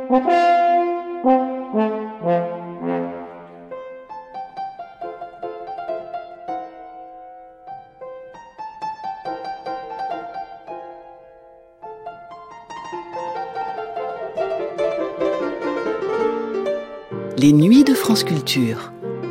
Les nuits de France Culture.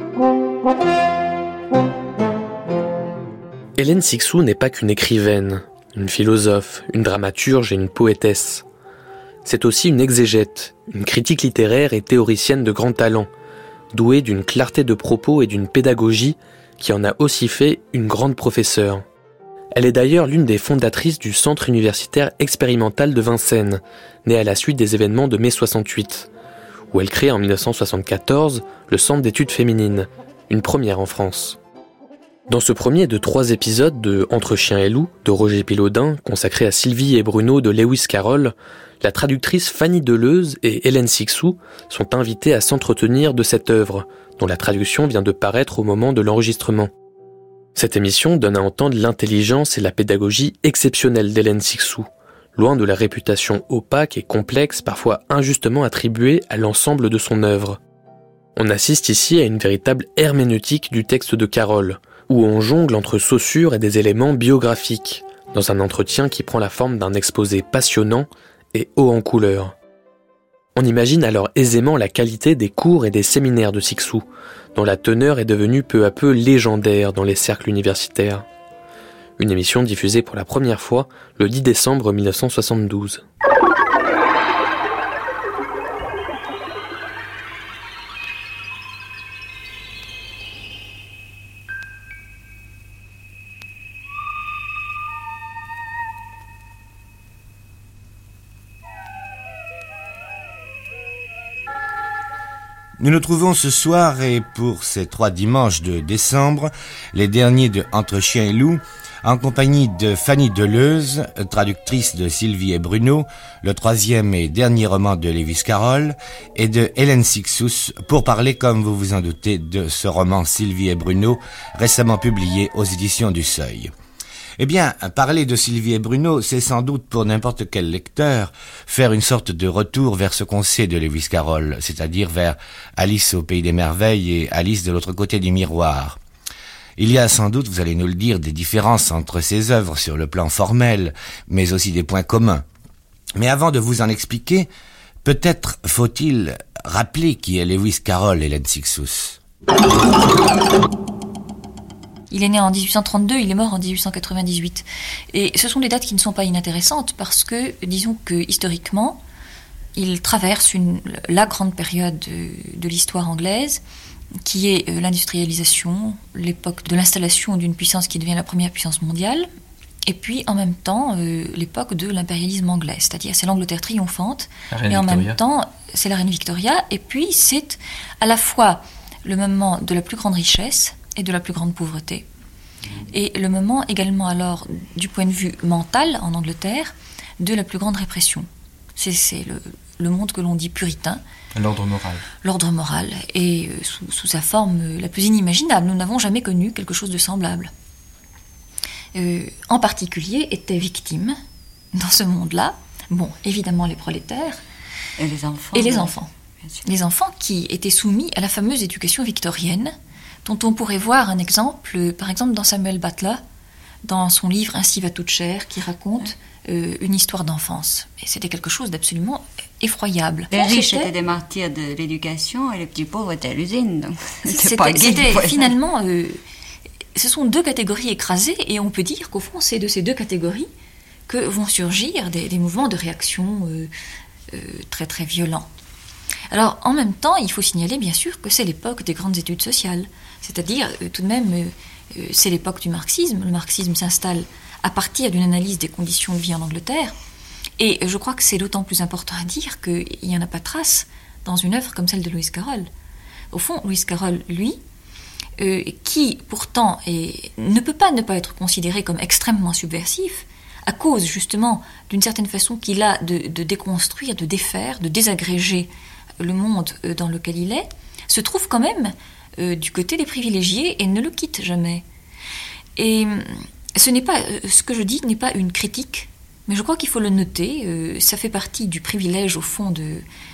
Hélène Cixous n'est pas qu'une écrivaine, une philosophe, une dramaturge et une poétesse. C'est aussi une exégète, une critique littéraire et théoricienne de grand talent, douée d'une clarté de propos et d'une pédagogie qui en a aussi fait une grande professeure. Elle est d'ailleurs l'une des fondatrices du Centre universitaire expérimental de Vincennes, né à la suite des événements de mai 68, où elle crée en 1974 le Centre d'études féminines, une première en France. Dans ce premier de 3 épisodes de Entre chiens et loups de Roger Pilaudin, consacré à Sylvie et Bruno de Lewis Carroll, la traductrice Fanny Deleuze et Hélène Cixous sont invitées à s'entretenir de cette œuvre, dont la traduction vient de paraître au moment de l'enregistrement. Cette émission donne à entendre l'intelligence et la pédagogie exceptionnelle d'Hélène Cixous, loin de la réputation opaque et complexe parfois injustement attribuée à l'ensemble de son œuvre. On assiste ici à une véritable herméneutique du texte de Carroll, où on jongle entre saussures et des éléments biographiques, dans un entretien qui prend la forme d'un exposé passionnant et haut en couleur. On imagine alors aisément la qualité des cours et des séminaires de Cixous, dont la teneur est devenue peu à peu légendaire dans les cercles universitaires. Une émission diffusée pour la première fois le 10 décembre 1972. Nous nous trouvons ce soir et pour ces 3 dimanches de décembre, les derniers de Entre chiens et loups, en compagnie de Fanny Deleuze, traductrice de Sylvie et Bruno, le 3e et dernier roman de Lewis Carroll, et de Hélène Cixous, pour parler, comme vous vous en doutez, de ce roman Sylvie et Bruno, récemment publié aux éditions du Seuil. Eh bien, parler de Sylvie et Bruno, c'est sans doute pour n'importe quel lecteur faire une sorte de retour vers ce qu'on sait de Lewis Carroll, c'est-à-dire vers Alice au Pays des Merveilles et Alice de l'autre côté du miroir. Il y a sans doute, vous allez nous le dire, des différences entre ces œuvres sur le plan formel, mais aussi des points communs. Mais avant de vous en expliquer, peut-être faut-il rappeler qui est Lewis Carroll, Hélène Cixous. Il est né en 1832, il est mort en 1898. Et ce sont des dates qui ne sont pas inintéressantes parce que, disons que historiquement, il traverse la grande période de l'histoire anglaise, qui est l'industrialisation, l'époque de l'installation d'une puissance qui devient la première puissance mondiale, et puis en même temps l'époque de l'impérialisme anglais, c'est-à-dire c'est l'Angleterre triomphante, et en même temps c'est la reine Victoria, et puis c'est à la fois le moment de la plus grande richesse et de la plus grande pauvreté. Et le moment également alors, du point de vue mental en Angleterre, de la plus grande répression. C'est le monde que l'on dit puritain. L'ordre moral. L'ordre moral, et sous sa forme la plus inimaginable. Nous n'avons jamais connu quelque chose de semblable. En particulier, étaient victimes, dans ce monde-là, bon, évidemment les prolétaires. Et les enfants. Et les enfants. Les enfants qui étaient soumis à la fameuse éducation victorienne, dont on pourrait voir un exemple, par exemple dans Samuel Butler, dans son livre Ainsi va toute chair, qui raconte une histoire d'enfance. Et c'était quelque chose d'absolument effroyable. Les riches étaient des martyrs de l'éducation et les petits pauvres étaient à l'usine. Donc c'était finalement, ce sont 2 catégories écrasées, et on peut dire qu'au fond, c'est de ces 2 catégories que vont surgir des mouvements de réaction très très violents. Alors, en même temps, il faut signaler bien sûr que c'est l'époque des grandes études sociales. C'est-à-dire, tout de même, c'est l'époque du marxisme. Le marxisme s'installe à partir d'une analyse des conditions de vie en Angleterre. Et je crois que c'est d'autant plus important à dire qu'il n'y en a pas trace dans une œuvre comme celle de Lewis Carroll. Au fond, Lewis Carroll, lui, qui pourtant ne peut pas ne pas être considéré comme extrêmement subversif, à cause justement d'une certaine façon qu'il a de déconstruire, de défaire, de désagréger le monde dans lequel il est, se trouve quand même du côté des privilégiés et ne le quitte jamais. Et ce que je dis n'est pas une critique, mais je crois qu'il faut le noter. Ça fait partie du privilège, au fond,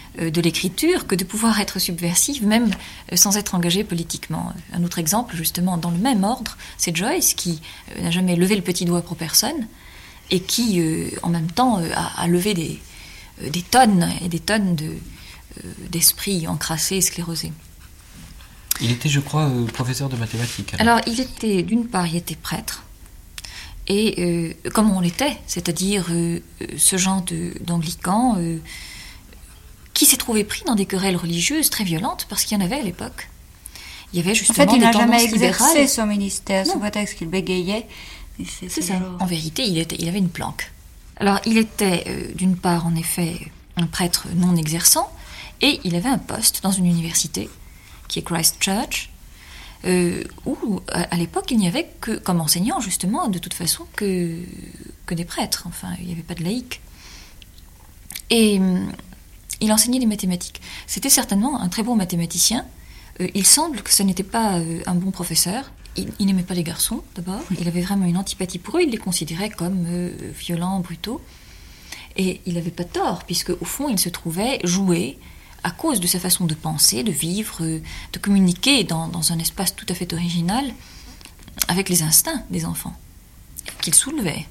de l'écriture que de pouvoir être subversive, même sans être engagée politiquement. Un autre exemple, justement, dans le même ordre, c'est Joyce, qui n'a jamais levé le petit doigt pour personne, et qui, en même temps, a levé des tonnes et des tonnes d'esprits encrassés et sclérosés. Il était, je crois, professeur de mathématiques. Alors, d'une part, il était prêtre, et comme on l'était, c'est-à-dire ce genre d'anglican qui s'est trouvé pris dans des querelles religieuses très violentes, parce qu'il y en avait à l'époque. Il y avait justement des tendances libérales. En fait, il n'a jamais exercé son ministère, sous prétexte qu'il bégayait. C'est ça. En vérité, il avait une planque. Alors, il était, d'une part, en effet, un prêtre non exerçant, et il avait un poste dans une université, qui est Christ Church, où, à l'époque, il n'y avait que, comme enseignant, justement, de toute façon, que des prêtres. Enfin, il n'y avait pas de laïcs. Et il enseignait les mathématiques. C'était certainement un très bon mathématicien. Il semble que ce n'était pas un bon professeur. Il n'aimait pas les garçons, d'abord. Il avait vraiment une antipathie pour eux. Il les considérait comme violents, brutaux. Et il n'avait pas tort, puisque, au fond, il se trouvait joué à cause de sa façon de penser, de vivre, de communiquer dans un espace tout à fait original avec les instincts des enfants qu'il soulevait.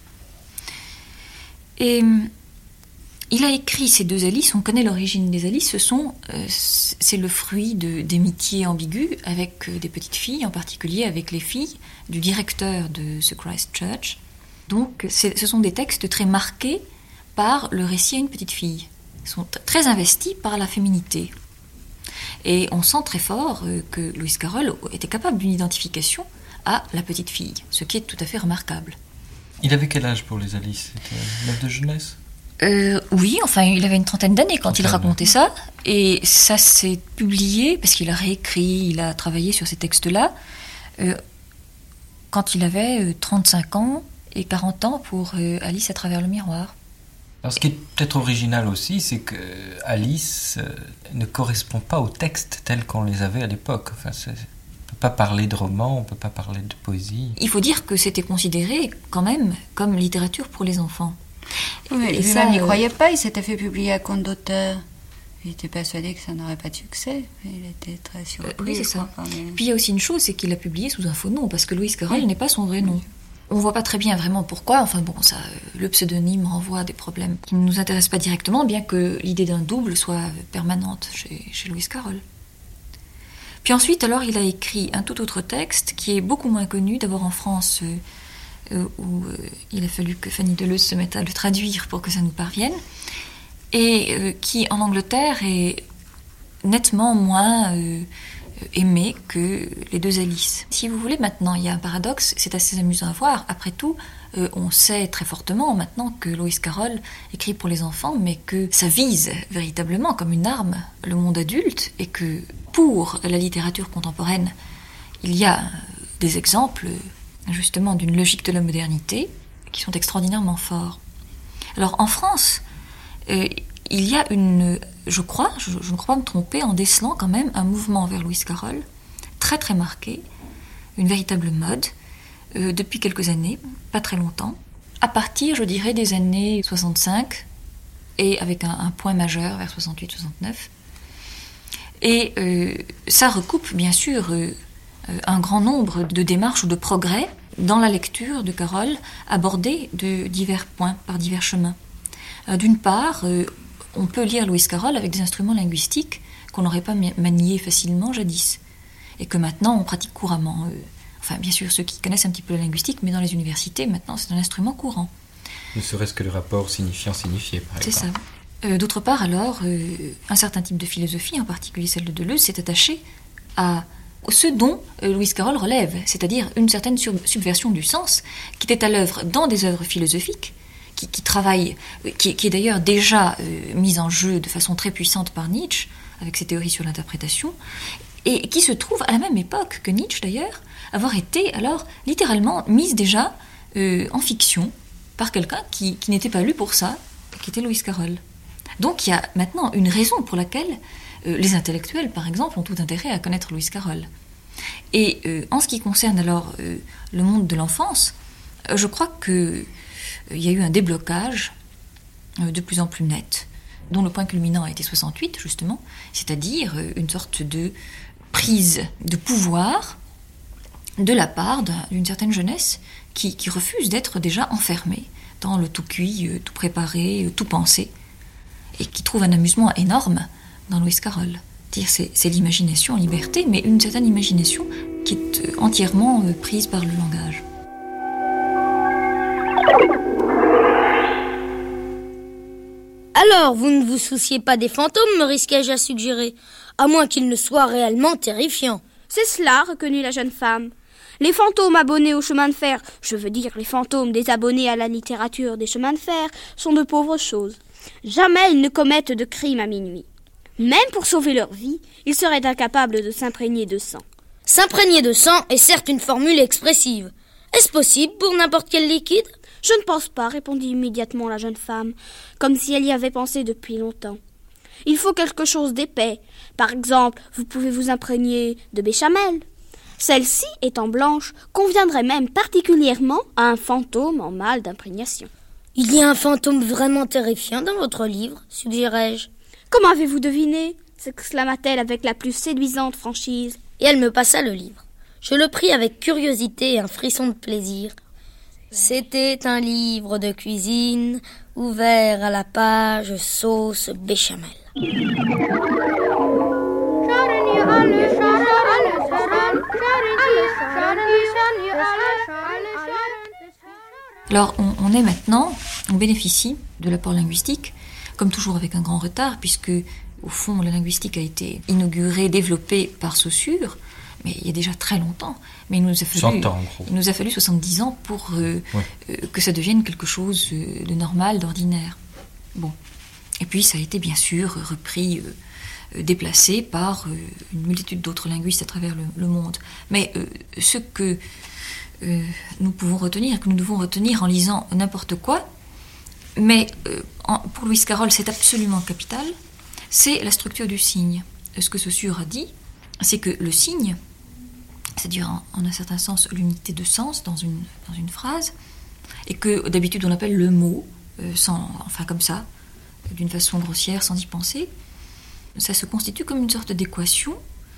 Et il a écrit ces deux Alice. On connaît l'origine des Alice. C'est le fruit d'amitiés ambiguës avec des petites filles, en particulier avec les filles du directeur de ce Christ Church. Donc, ce sont des textes très marqués par le récit à une petite fille. Ils sont très investis par la féminité. Et on sent très fort que Lewis Carroll était capable d'une identification à la petite fille, ce qui est tout à fait remarquable. Il avait quel âge pour les Alice? C'était une œuvre de jeunesse? Oui, enfin, il avait une trentaine d'années quand il racontait ça. Et ça s'est publié, parce qu'il a réécrit, il a travaillé sur ces textes-là, quand il avait 35 ans et 40 ans pour Alice à travers le miroir. Alors, ce qui est peut-être original aussi, c'est que Alice ne correspond pas aux textes tels qu'on les avait à l'époque. Enfin, on ne peut pas parler de roman, on ne peut pas parler de poésie. Il faut dire que c'était considéré quand même comme littérature pour les enfants. Oui, mais lui-même n'y croyait pas, il s'était fait publier à compte d'auteur. Il était persuadé que ça n'aurait pas de succès. Il était très surpris. Oui, c'est ça. Puis il y a aussi une chose, c'est qu'il a publié sous un faux nom, parce que Lewis Carroll n'est pas son vrai nom. On ne voit pas très bien vraiment pourquoi. Enfin bon, ça, le pseudonyme renvoie à des problèmes qui ne nous intéressent pas directement, bien que l'idée d'un double soit permanente chez Lewis Carroll. Puis ensuite, alors, il a écrit un tout autre texte qui est beaucoup moins connu, d'abord en France, où il a fallu que Fanny Deleuze se mette à le traduire pour que ça nous parvienne, et qui, en Angleterre, est nettement moins aimé que les deux Alice. Si vous voulez, maintenant, il y a un paradoxe, c'est assez amusant à voir. Après tout, on sait très fortement maintenant que Lewis Carroll écrit pour les enfants, mais que ça vise véritablement comme une arme le monde adulte, et que pour la littérature contemporaine, il y a des exemples justement d'une logique de la modernité qui sont extraordinairement forts. Alors en France, il y a je ne crois pas me tromper en décelant quand même un mouvement vers Lewis Carroll très très marqué, une véritable mode depuis quelques années, pas très longtemps, à partir, je dirais, des années 65 et avec un point majeur vers 68-69. Et ça recoupe bien sûr un grand nombre de démarches ou de progrès dans la lecture de Carroll abordés de divers points, par divers chemins. D'une part, on peut lire Lewis Carroll avec des instruments linguistiques qu'on n'aurait pas maniés facilement jadis, et que maintenant on pratique couramment. Enfin, bien sûr, ceux qui connaissent un petit peu la linguistique, mais dans les universités, maintenant, c'est un instrument courant. Ne serait-ce que le rapport signifiant-signifié, par exemple. C'est ça. D'autre part, alors, un certain type de philosophie, en particulier celle de Deleuze, s'est attaché à ce dont Lewis Carroll relève, c'est-à-dire une certaine subversion du sens, qui était à l'œuvre dans des œuvres philosophiques, qui travaille, qui est d'ailleurs déjà mise en jeu de façon très puissante par Nietzsche, avec ses théories sur l'interprétation, et qui se trouve à la même époque que Nietzsche d'ailleurs, avoir été alors littéralement mise déjà en fiction par quelqu'un qui n'était pas lu pour ça, qui était Lewis Carroll. Donc il y a maintenant une raison pour laquelle les intellectuels, par exemple, ont tout intérêt à connaître Lewis Carroll. Et en ce qui concerne alors le monde de l'enfance, je crois qu'il y a eu un déblocage de plus en plus net dont le point culminant a été 68, justement, c'est-à-dire une sorte de prise de pouvoir de la part d'une certaine jeunesse qui refuse d'être déjà enfermée dans le tout cuit, tout préparé, tout pensé, et qui trouve un amusement énorme dans Lewis Carroll. C'est l'imagination en liberté, mais une certaine imagination qui est entièrement prise par le langage. Alors, vous ne vous souciez pas des fantômes, me risquai-je à suggérer, à moins qu'ils ne soient réellement terrifiants. C'est cela, reconnut la jeune femme. Les fantômes abonnés au chemin de fer, je veux dire les fantômes des abonnés à la littérature des chemins de fer, sont de pauvres choses. Jamais ils ne commettent de crime à minuit. Même pour sauver leur vie, ils seraient incapables de s'imprégner de sang. S'imprégner de sang est certes une formule expressive. Est-ce possible pour n'importe quel liquide ? Je ne pense pas, répondit immédiatement la jeune femme, comme si elle y avait pensé depuis longtemps. Il faut quelque chose d'épais. Par exemple, vous pouvez vous imprégner de béchamel. Celle-ci, étant blanche, conviendrait même particulièrement à un fantôme en mal d'imprégnation. Il y a un fantôme vraiment terrifiant dans votre livre, suggérai-je. Comment avez-vous deviné ? S'exclama-t-elle avec la plus séduisante franchise. Et elle me passa le livre. Je le pris avec curiosité et un frisson de plaisir. C'était un livre de cuisine ouvert à la page sauce béchamel. Alors, on est maintenant, on bénéficie de l'apport linguistique, comme toujours avec un grand retard, puisque, au fond, la linguistique a été inaugurée, développée par Saussure, mais il y a déjà très longtemps. Mais il nous a fallu 70 ans pour que ça devienne quelque chose de normal, d'ordinaire. Bon. Et puis, ça a été, bien sûr, repris, déplacé par une multitude d'autres linguistes à travers le monde. Mais ce que nous pouvons retenir, que nous devons retenir en lisant n'importe quoi, mais pour Lewis Carroll, c'est absolument capital, c'est la structure du signe. Ce que Saussure a dit, c'est que le signe, c'est-à-dire en un certain sens l'unité de sens dans une phrase, et que d'habitude on appelle le mot, comme ça, d'une façon grossière, sans y penser, ça se constitue comme une sorte d'équation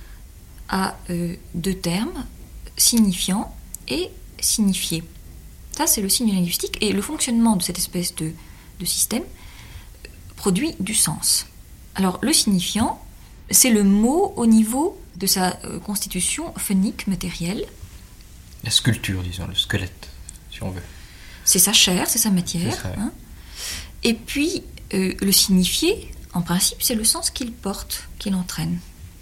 à deux termes, signifiant et signifié. Ça, c'est le signe linguistique, et le fonctionnement de cette espèce de système produit du sens. Alors, le signifiant, c'est le mot au niveau de sa constitution phonique matérielle. La sculpture, disons, le squelette, si on veut. C'est sa chair, c'est sa matière. C'est ça, hein. Et puis, le signifié, en principe, c'est le sens qu'il porte, qu'il entraîne.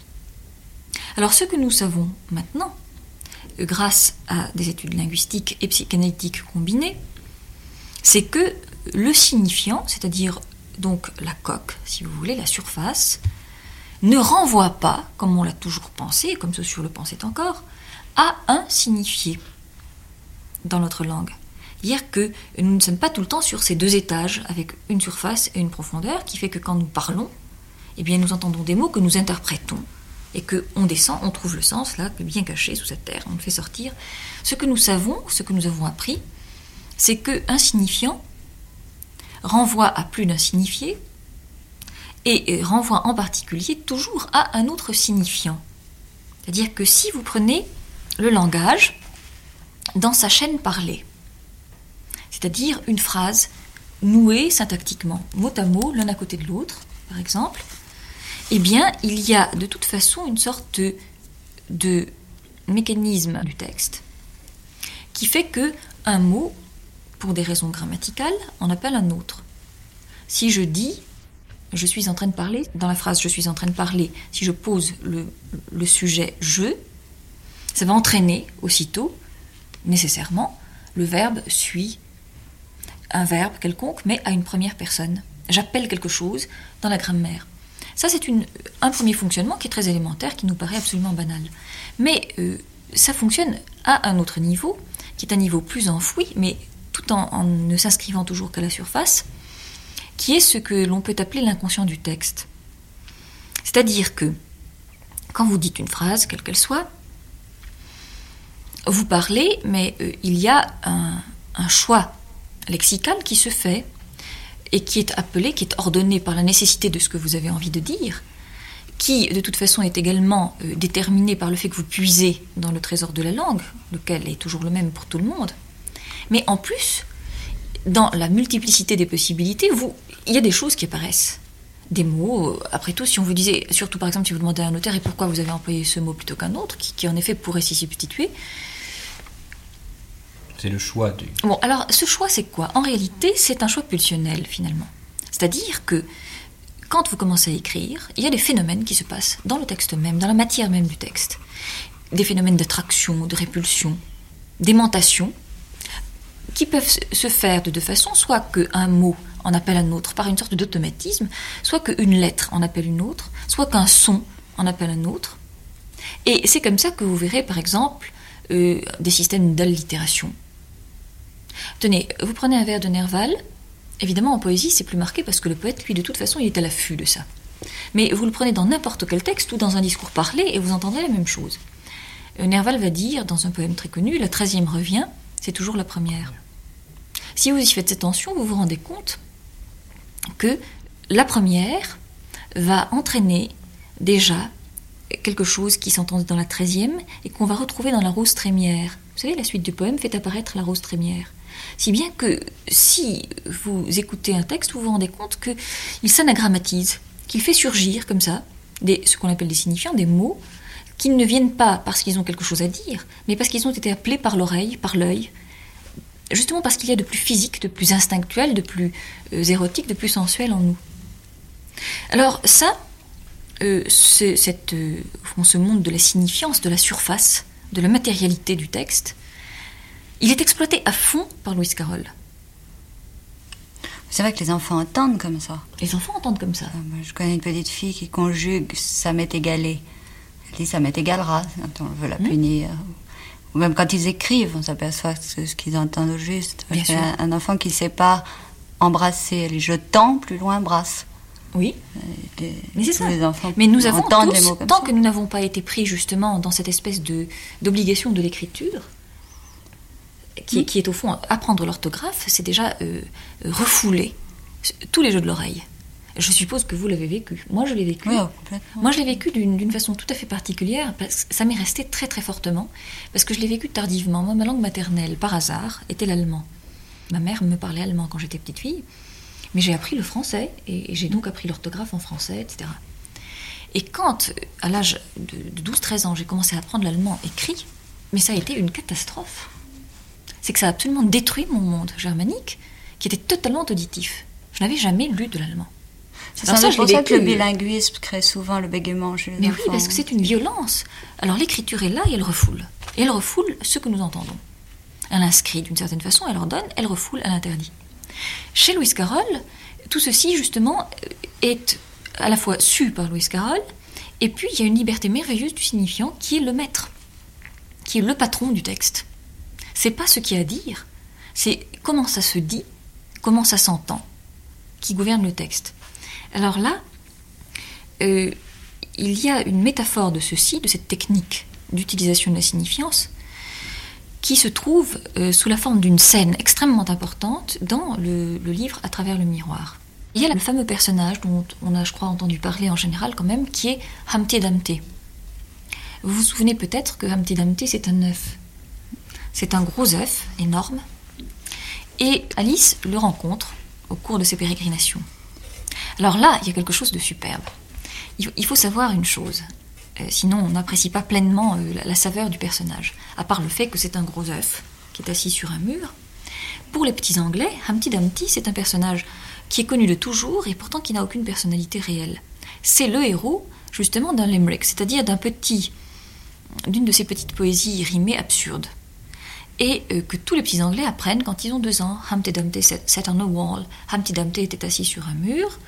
Alors, ce que nous savons maintenant, grâce à des études linguistiques et psychanalytiques combinées, c'est que le signifiant, c'est-à-dire donc la coque, si vous voulez, la surface, ne renvoie pas, comme on l'a toujours pensé, comme Saussure le pensait encore, à un signifié dans notre langue. C'est-à-dire que nous ne sommes pas tout le temps sur ces deux étages, avec une surface et une profondeur, qui fait que quand nous parlons, eh bien, nous entendons des mots que nous interprétons, et qu'on descend, on trouve le sens, là, bien caché sous cette terre, on le fait sortir. Ce que nous savons, ce que nous avons appris, c'est qu'un signifiant renvoie à plus d'un signifié, et renvoie en particulier toujours à un autre signifiant. C'est-à-dire que si vous prenez le langage dans sa chaîne parlée, c'est-à-dire une phrase nouée syntactiquement, mot à mot, l'un à côté de l'autre, par exemple, eh bien, il y a de toute façon une sorte de mécanisme du texte qui fait que un mot, pour des raisons grammaticales, en appelle un autre. Si je dis « je suis en train de parler », dans la phrase « je suis en train de parler », si je pose le sujet « je », ça va entraîner aussitôt, nécessairement, le verbe « suis », un verbe quelconque, mais à une première personne. J'appelle quelque chose dans la grammaire. Ça, c'est un premier fonctionnement qui est très élémentaire, qui nous paraît absolument banal. Mais ça fonctionne à un autre niveau, qui est un niveau plus enfoui, mais tout en ne s'inscrivant toujours qu'à la surface, qui est ce que l'on peut appeler l'inconscient du texte. C'est-à-dire que, quand vous dites une phrase, quelle qu'elle soit, vous parlez, mais il y a un choix lexical qui se fait, et qui est appelé, qui est ordonné par la nécessité de ce que vous avez envie de dire, qui de toute façon est également déterminé par le fait que vous puisez dans le trésor de la langue, lequel est toujours le même pour tout le monde. Mais en plus, dans la multiplicité des possibilités, il y a des choses qui apparaissent. Des mots, après tout, si on vous disait, surtout par exemple si vous demandez à un auteur et pourquoi vous avez employé ce mot plutôt qu'un autre, qui en effet pourrait s'y substituer. C'est le choix du... Bon, alors ce choix c'est quoi ? En réalité, c'est un choix pulsionnel finalement. C'est-à-dire que quand vous commencez à écrire, il y a des phénomènes qui se passent dans le texte même, dans la matière même du texte. Des phénomènes d'attraction, de répulsion, d'aimantation, qui peuvent se faire de deux façons, soit qu'un mot en appelle un autre par une sorte d'automatisme, soit qu'une lettre en appelle une autre, soit qu'un son en appelle un autre. Et c'est comme ça que vous verrez, par exemple, des systèmes d'allitération. Tenez, vous prenez un vers de Nerval, évidemment en poésie c'est plus marqué parce que le poète, lui, de toute façon, il est à l'affût de ça. Mais vous le prenez dans n'importe quel texte ou dans un discours parlé et vous entendrez la même chose. Nerval va dire, dans un poème très connu, la 13e revient, c'est toujours la première. Si vous y faites attention, vous vous rendez compte que la première va entraîner déjà quelque chose qui s'entend dans la 13e et qu'on va retrouver dans la rose trémière. Vous savez, la suite du poème fait apparaître la rose trémière. Si bien que si vous écoutez un texte, vous vous rendez compte qu'il s'anagrammatise, qu'il fait surgir comme ça ce qu'on appelle des signifiants, des mots, qui ne viennent pas parce qu'ils ont quelque chose à dire, mais parce qu'ils ont été appelés par l'oreille, par l'œil, justement parce qu'il y a de plus physique, de plus instinctuel, de plus érotique, de plus sensuel en nous. Alors ça, ce monde de la signifiance, de la surface, de la matérialité du texte, il est exploité à fond par Lewis Carroll. C'est vrai que les enfants entendent comme ça. Les enfants entendent comme ça. Moi, je connais une petite fille qui conjugue « ça m'est égalé ». Elle dit « ça m'est égalera » quand on veut la punir. Ou même quand ils écrivent, on s'aperçoit que c'est ce qu'ils entendent au juste. Bien sûr. Un enfant qui ne sait pas embrasser, elle dit « je tends, plus loin, brasse ». Oui, mais c'est ça. Les enfants mais nous avons entendent tous, les mots comme tant ça. que nous n'avons pas été pris justement dans cette espèce d'obligation de l'écriture, qui est au fond apprendre l'orthographe, c'est déjà refouler tous les jeux de l'oreille. Je suppose que vous l'avez vécu. Moi, je l'ai vécu. Oui, complètement. Moi, je l'ai vécu d'une façon tout à fait particulière, parce que ça m'est resté très très fortement, parce que je l'ai vécu tardivement. Moi, ma langue maternelle, par hasard, était l'allemand. Ma mère me parlait allemand quand j'étais petite fille, mais j'ai appris le français, et j'ai donc appris l'orthographe en français, etc. Et quand, à l'âge de 12-13 ans, j'ai commencé à apprendre l'allemand écrit, mais ça a été une catastrophe. C'est que ça a absolument détruit mon monde germanique, qui était totalement auditif. Je n'avais jamais lu de l'allemand. C'est pour ça que le bilinguisme crée souvent le bégaiement chez les enfants. Mais oui, parce que c'est une violence. Alors l'écriture est là et elle refoule. Et elle refoule ce que nous entendons. Elle inscrit d'une certaine façon, elle ordonne, elle refoule, elle interdit. Chez Lewis Carroll, tout ceci, justement, est à la fois su par Lewis Carroll, et puis il y a une liberté merveilleuse du signifiant qui est le maître, qui est le patron du texte. C'est pas ce qu'il y a à dire, c'est comment ça se dit, comment ça s'entend, qui gouverne le texte. Alors là, il y a une métaphore de ceci, de cette technique d'utilisation de la signifiance, qui se trouve sous la forme d'une scène extrêmement importante dans le livre À travers le miroir. Il y a le fameux personnage dont on a, je crois, entendu parler en général quand même, qui est Humpty Dumpty. Vous vous souvenez peut-être que Humpty Dumpty, c'est un œuf. C'est un gros œuf, énorme. Et Alice le rencontre au cours de ses pérégrinations. Alors là, il y a quelque chose de superbe. Il faut savoir une chose, sinon on n'apprécie pas pleinement la saveur du personnage, à part le fait que c'est un gros œuf qui est assis sur un mur. Pour les petits Anglais, Humpty Dumpty, c'est un personnage qui est connu de toujours et pourtant qui n'a aucune personnalité réelle. C'est le héros, justement, d'un limerick, c'est-à-dire d'une de ces petites poésies rimées absurdes. Et que tous les petits Anglais apprennent quand ils ont 2 ans. Humpty Dumpty sat on a wall. Humpty Dumpty était assis sur un mur.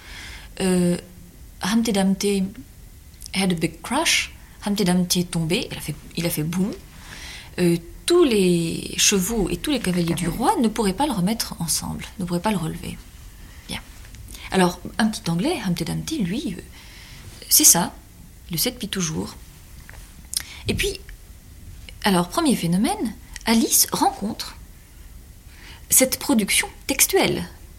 Humpty Dumpty had a big crush. Humpty Dumpty est tombé, il a fait boum. Tous les chevaux et tous les cavaliers du roi ne pourraient pas le remettre ensemble, ne pourraient pas le relever. Bien. Alors, un petit Anglais, Humpty Dumpty, lui, c'est ça, il le sait depuis toujours. Et puis, alors, premier phénomène, Alice rencontre cette production textuelle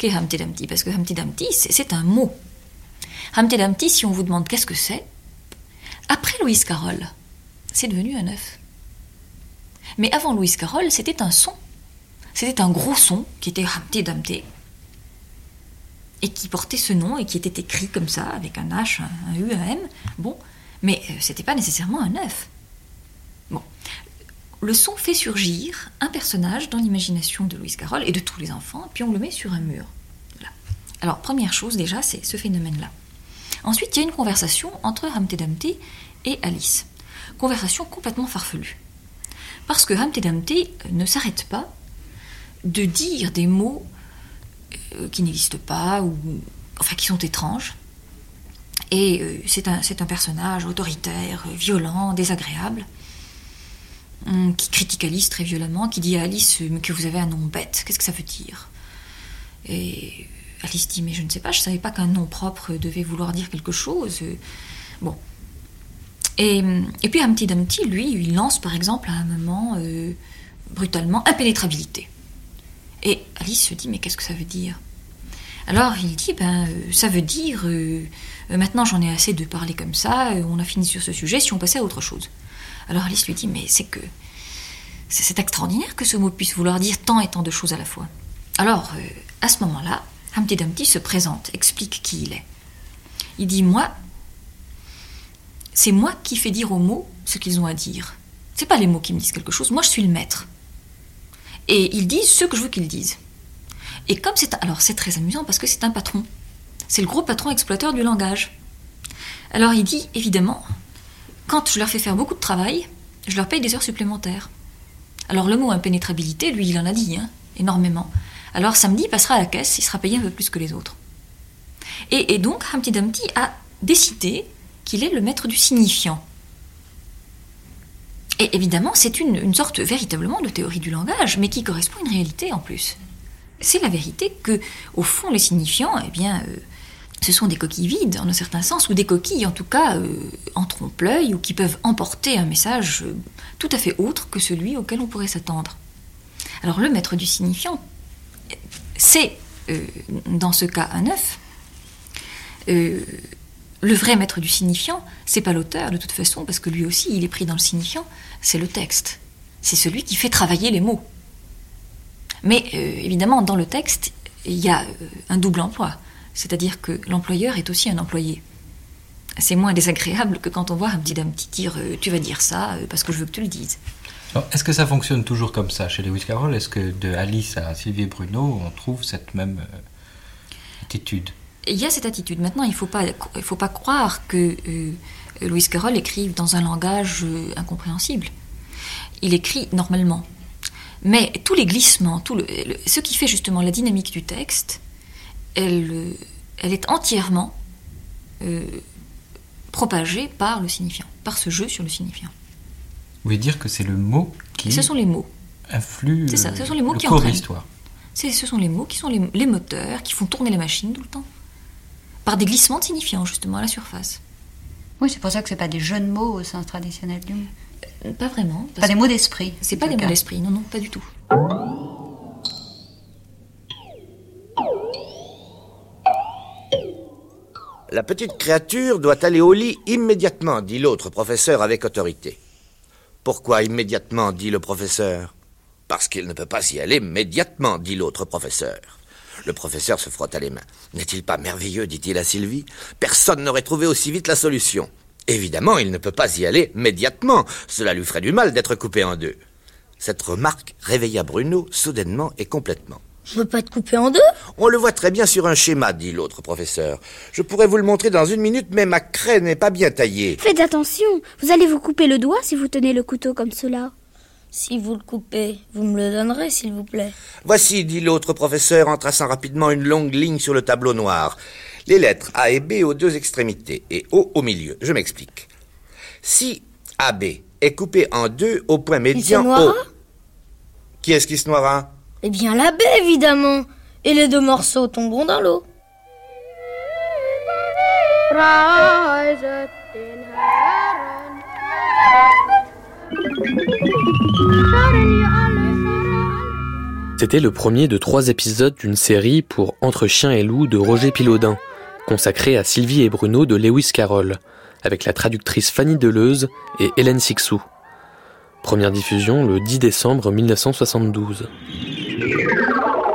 qu'est Humpty Dumpty, parce que Humpty Dumpty, c'est un mot. Humpty Dumpty, si on vous demande qu'est-ce que c'est, après Lewis Carroll, c'est devenu un œuf. Mais avant Lewis Carroll, c'était un son. C'était un gros son qui était Humpty Dumpty et qui portait ce nom et qui était écrit comme ça, avec un H, un U, un M. Bon, mais c'était pas nécessairement un œuf. Bon. Le son fait surgir un personnage dans l'imagination de Lewis Carroll et de tous les enfants, puis on le met sur un mur. Voilà. Alors, première chose déjà, c'est ce phénomène-là. Ensuite, il y a une conversation entre Humpty Dumpty et Alice. Conversation complètement farfelue. Parce que Humpty Dumpty ne s'arrête pas de dire des mots qui n'existent pas, ou enfin qui sont étranges. Et c'est un personnage autoritaire, violent, désagréable, qui critique Alice très violemment, qui dit à Alice que vous avez un nom bête, qu'est-ce que ça veut dire? Et Alice dit mais je ne sais pas, je ne savais pas qu'un nom propre devait vouloir dire quelque chose. Bon. Et puis Humpty Dumpty, lui, il lance par exemple à un moment brutalement impénétrabilité. Et Alice se dit mais qu'est-ce que ça veut dire? Alors il dit ça veut dire maintenant j'en ai assez de parler comme ça, on a fini sur ce sujet, si on passait à autre chose. Alors Alice lui dit mais c'est extraordinaire que ce mot puisse vouloir dire tant et tant de choses à la fois. Alors à ce moment-là, Humpty Dumpty se présente, explique qui il est. Il dit c'est moi qui fais dire aux mots ce qu'ils ont à dire. C'est pas les mots qui me disent quelque chose, moi je suis le maître. Et ils disent ce que je veux qu'ils disent. Et comme c'est très amusant parce que c'est un patron. C'est le gros patron exploiteur du langage. Alors il dit, évidemment, quand je leur fais faire beaucoup de travail, je leur paye des heures supplémentaires. Alors le mot impénétrabilité, lui, il en a dit, énormément. Alors samedi, il passera à la caisse, il sera payé un peu plus que les autres. Et donc, Humpty Dumpty a décidé qu'il est le maître du signifiant. Et évidemment, c'est une sorte véritablement de théorie du langage, mais qui correspond à une réalité en plus. C'est la vérité que, au fond, les signifiants, ce sont des coquilles vides, en un certain sens, ou des coquilles, en tout cas, en trompe-l'œil, ou qui peuvent emporter un message tout à fait autre que celui auquel on pourrait s'attendre. Alors, le maître du signifiant, c'est, dans ce cas, un œuf. Le vrai maître du signifiant, c'est pas l'auteur, de toute façon, parce que lui aussi, il est pris dans le signifiant, c'est le texte. C'est celui qui fait travailler les mots. Mais, évidemment, dans le texte, il y a un double emploi. C'est-à-dire que l'employeur est aussi un employé. C'est moins désagréable que quand on voit un petit dire « tu vas dire ça parce que je veux que tu le dises ». Alors, est-ce que ça fonctionne toujours comme ça chez Lewis Carroll? Est-ce que de Alice à Sylvie et Bruno, on trouve cette même attitude? Il y a cette attitude. Maintenant, il faut pas croire que Lewis Carroll écrive dans un langage incompréhensible. Il écrit normalement. Mais tous les glissements, ce qui fait justement la dynamique du texte, elle est entièrement propagée par le signifiant, par ce jeu sur le signifiant. Vous voulez dire que c'est le mot qui ce sont les mots. Influe c'est ça, ce sont les mots le qui cours entraînent. d'histoire. Ce sont les mots qui sont les moteurs, qui font tourner la machine tout le temps. Par des glissements de signifiants, justement, à la surface. Oui, c'est pour ça que c'est pas des jeux de mots au sens traditionnel du mot. Pas vraiment. Pas des mots d'esprit. C'est pas des mots d'esprit, non, pas du tout. La petite créature doit aller au lit immédiatement, dit l'autre professeur avec autorité. Pourquoi immédiatement, dit le professeur? Parce qu'il ne peut pas y aller immédiatement, dit l'autre professeur. Le professeur se frotta les mains. N'est-il pas merveilleux, dit-il à Sylvie? Personne n'aurait trouvé aussi vite la solution. Évidemment, il ne peut pas y aller immédiatement. Cela lui ferait du mal d'être coupé en deux. Cette remarque réveilla Bruno soudainement et complètement. Je veux pas être coupé en deux. On le voit très bien sur un schéma, dit l'autre professeur. Je pourrais vous le montrer dans une minute, mais ma craie n'est pas bien taillée. Faites attention, vous allez vous couper le doigt si vous tenez le couteau comme cela. Si vous le coupez, vous me le donnerez, s'il vous plaît. Voici, dit l'autre professeur en traçant rapidement une longue ligne sur le tableau noir. Les lettres A et B aux deux extrémités et O au milieu. Je m'explique. Si AB est coupé en deux au point médian O... Qui est-ce qui se noiera? Eh bien la baie, évidemment. Et les deux morceaux tomberont dans l'eau. C'était le premier de 3 épisodes d'une série pour Entre chiens et loups de Roger Pilaudin, consacrée à Sylvie et Bruno de Lewis Carroll, avec la traductrice Fanny Deleuze et Hélène Sixou. Première diffusion le 10 décembre 1972.